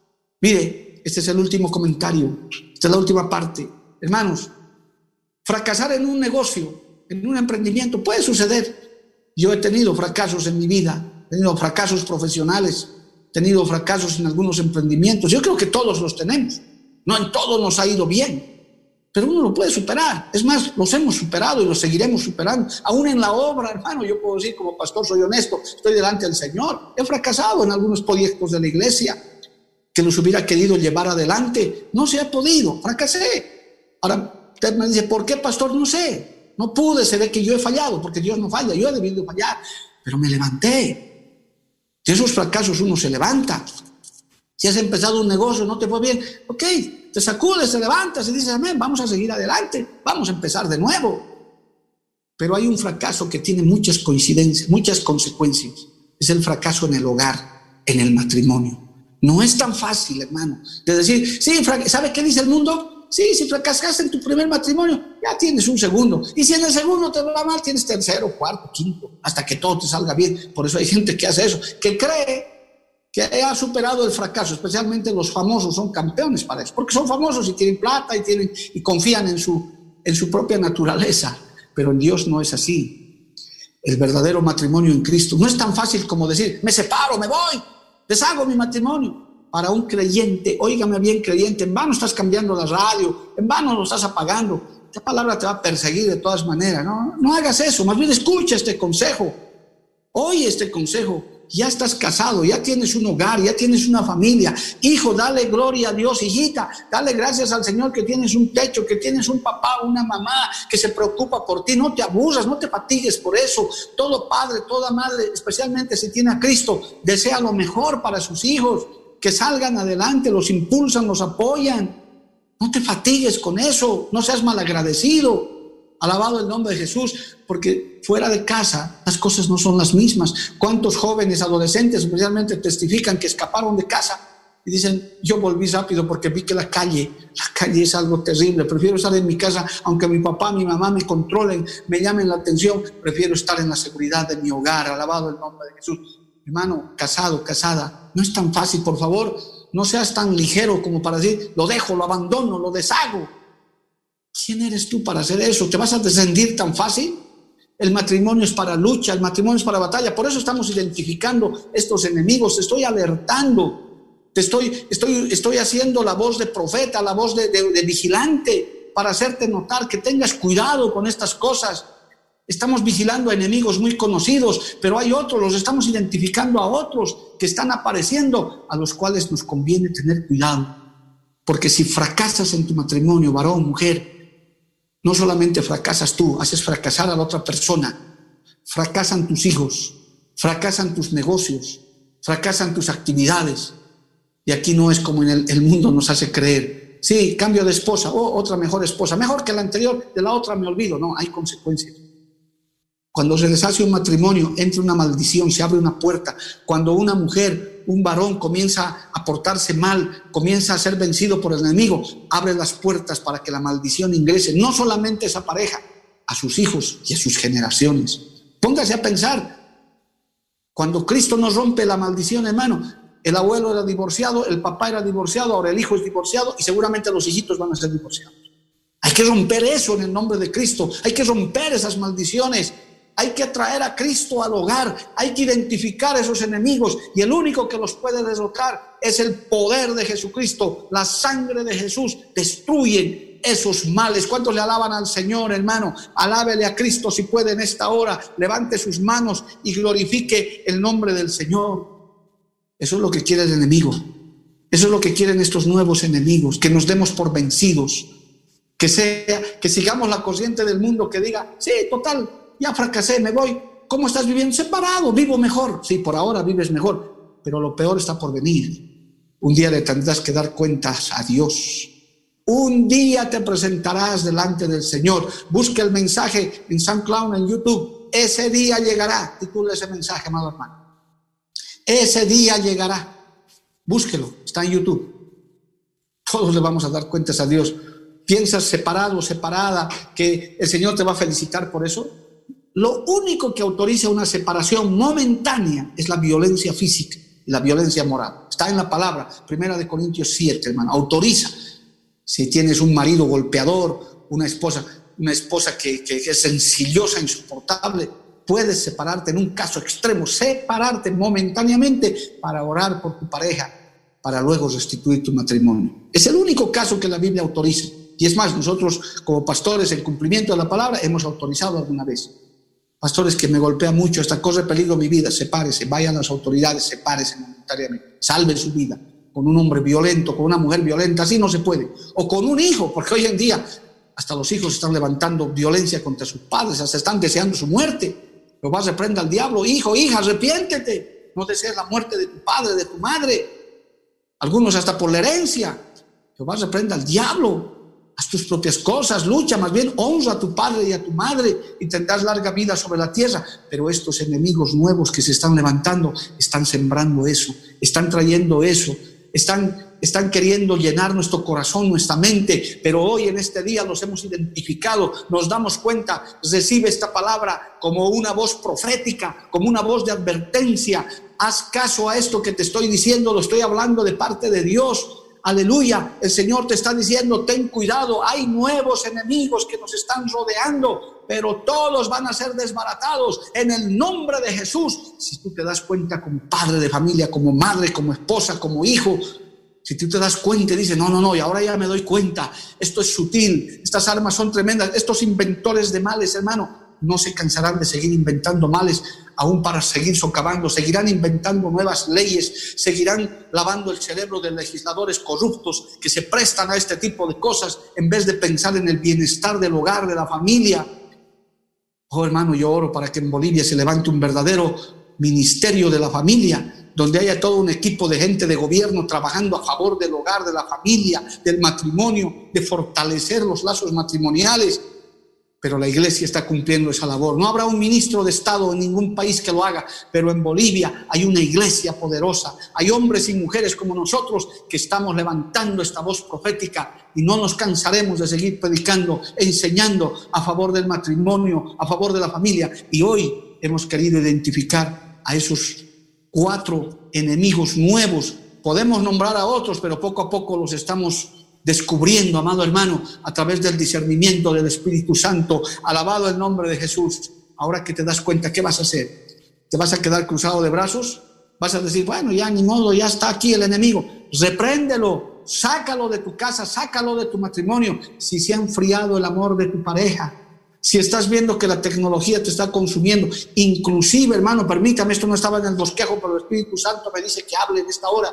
Mire, este es el último comentario, esta es la última parte. Hermanos, fracasar en un negocio, en un emprendimiento, puede suceder. Yo he tenido fracasos en mi vida, he tenido fracasos profesionales, he tenido fracasos en algunos emprendimientos. Yo creo que todos los tenemos. No en todos nos ha ido bien, pero uno lo puede superar. Es más, los hemos superado y los seguiremos superando. Aún en la obra, hermano, yo puedo decir como pastor, soy honesto, estoy delante del Señor. He fracasado en algunos proyectos de la iglesia que los hubiera querido llevar adelante. No se ha podido, fracasé. Ahora, usted me dice, ¿por qué, pastor? No sé, no pude, se ve que yo he fallado, porque Dios no falla, yo he debido fallar, pero me levanté. De esos fracasos uno se levanta. Si has empezado un negocio, no te fue bien, ok, te sacudes, te levantas y dices, amén, vamos a seguir adelante, vamos a empezar de nuevo. Pero hay un fracaso que tiene muchas coincidencias, muchas consecuencias. Es el fracaso en el hogar, en el matrimonio. No es tan fácil, hermano, de decir, sí, ¿sabe qué dice el mundo? Sí, si fracasaste en tu primer matrimonio, ya tienes un segundo. Y si en el segundo te va mal, tienes tercero, cuarto, quinto, hasta que todo te salga bien. Por eso hay gente que hace eso, que cree que ha superado el fracaso. Especialmente los famosos son campeones para eso, porque son famosos y tienen plata y, tienen, y confían en su, en su propia naturaleza. Pero en Dios no es así. El verdadero matrimonio en Cristo no es tan fácil como decir, me separo, me voy, deshago mi matrimonio. Para un creyente, óigame bien, creyente, en vano estás cambiando la radio, en vano lo estás apagando. Esta palabra te va a perseguir de todas maneras. No, no hagas eso, más bien escucha este consejo. Oye este consejo. Ya estás casado, ya tienes un hogar, ya tienes una familia. Hijo, dale gloria a Dios. Hijita, dale gracias al Señor que tienes un techo, que tienes un papá, una mamá que se preocupa por ti. No te aburras, no te fatigues por eso. Todo padre, toda madre, especialmente si tiene a Cristo, desea lo mejor para sus hijos. Que salgan adelante, los impulsan, los apoyan. No te fatigues con eso, no seas malagradecido. Alabado el nombre de Jesús, porque fuera de casa las cosas no son las mismas. ¿Cuántos jóvenes, adolescentes especialmente, testifican que escaparon de casa y dicen, yo volví rápido porque vi que la calle, la calle es algo terrible, prefiero estar en mi casa, aunque mi papá, mi mamá me controlen, me llamen la atención, prefiero estar en la seguridad de mi hogar? Alabado el nombre de Jesús. Hermano, casado, casada, no es tan fácil, por favor, no seas tan ligero como para decir, lo dejo, lo abandono, lo deshago. ¿Quién eres tú para hacer eso? ¿Te vas a descendir tan fácil? El matrimonio es para lucha, el matrimonio es para batalla. Por eso estamos identificando estos enemigos, te estoy alertando, te estoy, estoy, estoy haciendo la voz de profeta, la voz de, de, de vigilante, para hacerte notar que tengas cuidado con estas cosas. Estamos vigilando a enemigos muy conocidos, pero hay otros, los estamos identificando a otros que están apareciendo, a los cuales nos conviene tener cuidado. Porque si fracasas en tu matrimonio, varón, mujer, no solamente fracasas tú, haces fracasar a la otra persona, fracasan tus hijos, fracasan tus negocios, fracasan tus actividades. Y aquí no es como en el, el mundo nos hace creer. Sí, cambio de esposa, oh, otra mejor esposa, mejor que la anterior, de la otra me olvido. No, hay consecuencias. Cuando se deshace un matrimonio, entra una maldición, se abre una puerta. Cuando una mujer, un varón comienza a portarse mal, comienza a ser vencido por el enemigo, abre las puertas para que la maldición ingrese, no solamente a esa pareja, a sus hijos y a sus generaciones. Póngase a pensar, cuando Cristo nos rompe la maldición, hermano, el abuelo era divorciado, el papá era divorciado, ahora el hijo es divorciado y seguramente los hijitos van a ser divorciados. Hay que romper eso en el nombre de Cristo, hay que romper esas maldiciones. Hay que traer a Cristo al hogar, hay que identificar a esos enemigos y el único que los puede derrotar es el poder de Jesucristo, la sangre de Jesús. Destruyen esos males. ¿Cuántos le alaban al Señor, hermano? Alábele a Cristo si puede en esta hora, levante sus manos y glorifique el nombre del Señor. Eso es lo que quiere el enemigo, eso es lo que quieren estos nuevos enemigos, que nos demos por vencidos, que sea, que sigamos la corriente del mundo que diga, sí, total, ya fracasé, me voy. ¿Cómo estás viviendo? Separado, vivo mejor. Sí, por ahora vives mejor, pero lo peor está por venir. Un día le tendrás que dar cuentas a Dios. Un día te presentarás delante del Señor. Busque el mensaje en SoundCloud, en YouTube. Ese día llegará. Titula ese mensaje, amado hermano. Ese día llegará. Búsquelo, está en YouTube. Todos le vamos a dar cuentas a Dios. ¿Piensas separado o separada que el Señor te va a felicitar por eso? Lo único que autoriza una separación momentánea es la violencia física y la violencia moral. Está en la palabra, primera de Corintios siete, hermano. Autoriza. Si tienes un marido golpeador, una esposa, una esposa que, que, que es sencillosa, insoportable, puedes separarte en un caso extremo, separarte momentáneamente para orar por tu pareja, para luego restituir tu matrimonio. Es el único caso que la Biblia autoriza. Y es más, nosotros como pastores, en cumplimiento de la palabra, hemos autorizado alguna vez. Pastores, que me golpea mucho, hasta corre peligro mi vida, sepárese, vayan las autoridades, sepárese momentáneamente, salven su vida. Con un hombre violento, con una mujer violenta, así no se puede. O con un hijo, porque hoy en día hasta los hijos están levantando violencia contra sus padres, hasta están deseando su muerte. Jehová reprenda al diablo. Hijo, hija, arrepiéntete, no desees la muerte de tu padre, de tu madre. Algunos hasta por la herencia. Jehová reprenda al diablo. Haz tus propias cosas, lucha, más bien honra a tu padre y a tu madre y tendrás larga vida sobre la tierra. Pero estos enemigos nuevos que se están levantando están sembrando eso, están trayendo eso, están, están queriendo llenar nuestro corazón, nuestra mente. Pero hoy en este día los hemos identificado, nos damos cuenta, recibe esta palabra como una voz profética, como una voz de advertencia. Haz caso a esto que te estoy diciendo, lo estoy hablando de parte de Dios. Aleluya, el Señor te está diciendo, ten cuidado, hay nuevos enemigos que nos están rodeando, pero todos van a ser desbaratados en el nombre de Jesús. Si tú te das cuenta como padre de familia, como madre, como esposa, como hijo, si tú te das cuenta y dices, no, no, no, y ahora ya me doy cuenta, esto es sutil, estas armas son tremendas, estos inventores de males, hermano, no se cansarán de seguir inventando males, aún para seguir socavando, seguirán inventando nuevas leyes, seguirán lavando el cerebro de legisladores corruptos que se prestan a este tipo de cosas en vez de pensar en el bienestar del hogar, de la familia. Oh, hermano, yo oro para que en Bolivia se levante un verdadero ministerio de la familia, donde haya todo un equipo de gente de gobierno trabajando a favor del hogar, de la familia, del matrimonio, de fortalecer los lazos matrimoniales. Pero la iglesia está cumpliendo esa labor. No habrá un ministro de Estado en ningún país que lo haga, pero en Bolivia hay una iglesia poderosa. Hay hombres y mujeres como nosotros que estamos levantando esta voz profética y no nos cansaremos de seguir predicando, enseñando a favor del matrimonio, a favor de la familia. Y hoy hemos querido identificar a esos cuatro enemigos nuevos. Podemos nombrar a otros, pero poco a poco los estamos descubriendo, amado hermano, a través del discernimiento del Espíritu Santo. Alabado el nombre de Jesús. Ahora que te das cuenta, ¿qué vas a hacer? ¿Te vas a quedar cruzado de brazos? ¿Vas a decir, bueno, ya ni modo, ya está aquí el enemigo? Repréndelo, sácalo de tu casa, sácalo de tu matrimonio. Si se ha enfriado el amor de tu pareja, si estás viendo que la tecnología te está consumiendo, inclusive, hermano, permítame, esto no estaba en el bosquejo, pero el Espíritu Santo me dice que hable en esta hora,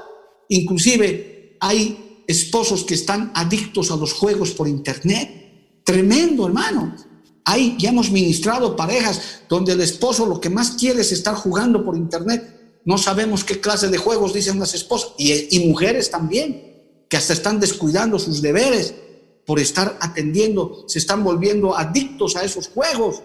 inclusive hay esposos que están adictos a los juegos por internet. Tremendo, hermano. Ahí ya hemos ministrado parejas donde el esposo lo que más quiere es estar jugando por internet. No sabemos qué clase de juegos, dicen las esposas, y, y mujeres también, que hasta están descuidando sus deberes por estar atendiendo, se están volviendo adictos a esos juegos.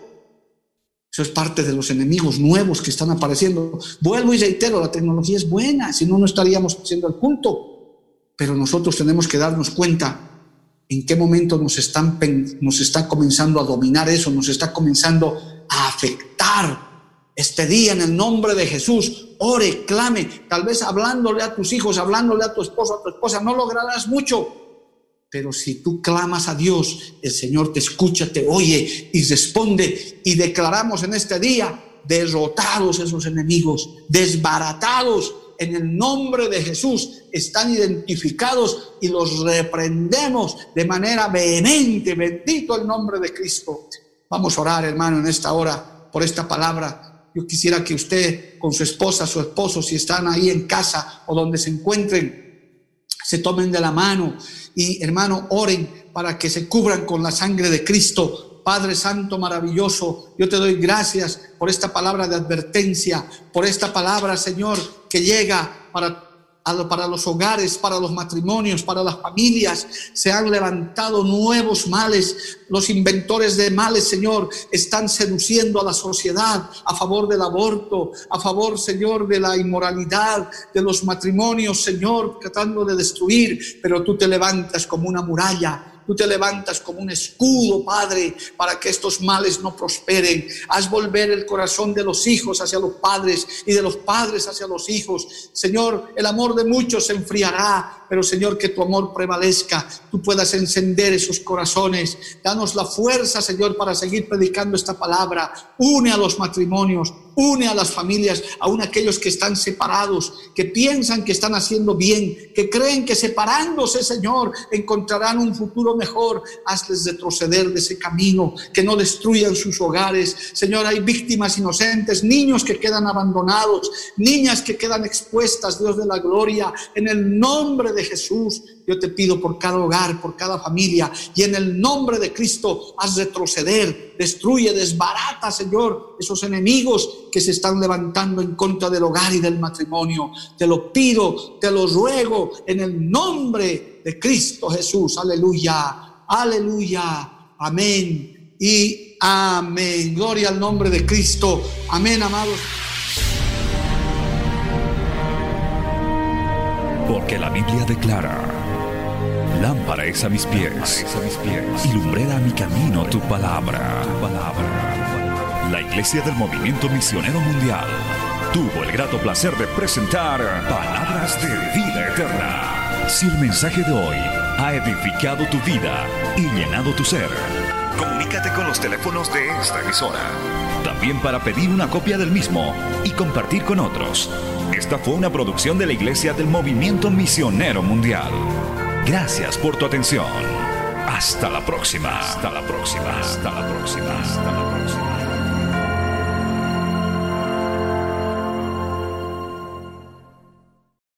Eso es parte de los enemigos nuevos que están apareciendo. Vuelvo y reitero, la tecnología es buena, si no, no estaríamos haciendo el culto. Pero nosotros tenemos que darnos cuenta en qué momento nos, están, nos está comenzando a dominar eso, nos está comenzando a afectar. Este día, en el nombre de Jesús, ore, clame, tal vez hablándole a tus hijos, hablándole a tu esposo, a tu esposa, no lograrás mucho. Pero si tú clamas a Dios, el Señor te escucha, te oye y responde. Y declaramos en este día, derrotados esos enemigos, desbaratados en el nombre de Jesús, están identificados y los reprendemos de manera vehemente. Bendito el nombre de Cristo. Vamos a orar, hermano, en esta hora por esta palabra. Yo quisiera que usted con su esposa, su esposo, si están ahí en casa o donde se encuentren, se tomen de la mano y, hermano, oren para que se cubran con la sangre de Cristo. Padre Santo maravilloso, yo te doy gracias por esta palabra de advertencia, por esta palabra, Señor, que llega para para los hogares, para los matrimonios, para las familias. Se han levantado nuevos males. Los inventores de males, Señor, están seduciendo a la sociedad a favor del aborto, a favor, Señor, de la inmoralidad, de los matrimonios, Señor, tratando de destruir. Pero tú te levantas como una muralla. Tú te levantas como un escudo, Padre, para que estos males no prosperen. Haz volver el corazón de los hijos hacia los padres y de los padres hacia los hijos. Señor, el amor de muchos se enfriará, pero, Señor, que tu amor prevalezca. Tú puedas encender esos corazones. Danos la fuerza, Señor, para seguir predicando esta palabra. Une a los matrimonios, une a las familias, aún aquellos que están separados, que piensan que están haciendo bien, que creen que separándose, Señor, encontrarán un futuro mejor. Hazles retroceder de ese camino, que no destruyan sus hogares. Señor, hay víctimas inocentes, niños que quedan abandonados, niñas que quedan expuestas, Dios de la gloria. En el nombre de Jesús, yo te pido por cada hogar, por cada familia, y en el nombre de Cristo, haz retroceder, destruye, desbarata, Señor, esos enemigos que se están levantando en contra del hogar y del matrimonio. Te lo pido, te lo ruego, en el nombre de Cristo Jesús. Aleluya, aleluya, amén y amén. Gloria al nombre de Cristo. Amén, amados. Porque la Biblia declara: lámpara es a mis pies, y lumbrera a mi camino tu palabra. Tu palabra. La Iglesia del Movimiento Misionero Mundial tuvo el grato placer de presentar Palabras de Vida Eterna. Si el mensaje de hoy ha edificado tu vida y llenado tu ser, comunícate con los teléfonos de esta emisora. También para pedir una copia del mismo y compartir con otros. Esta fue una producción de la Iglesia del Movimiento Misionero Mundial. Gracias por tu atención. Hasta la próxima. Hasta la próxima. Hasta la próxima. Hasta la próxima.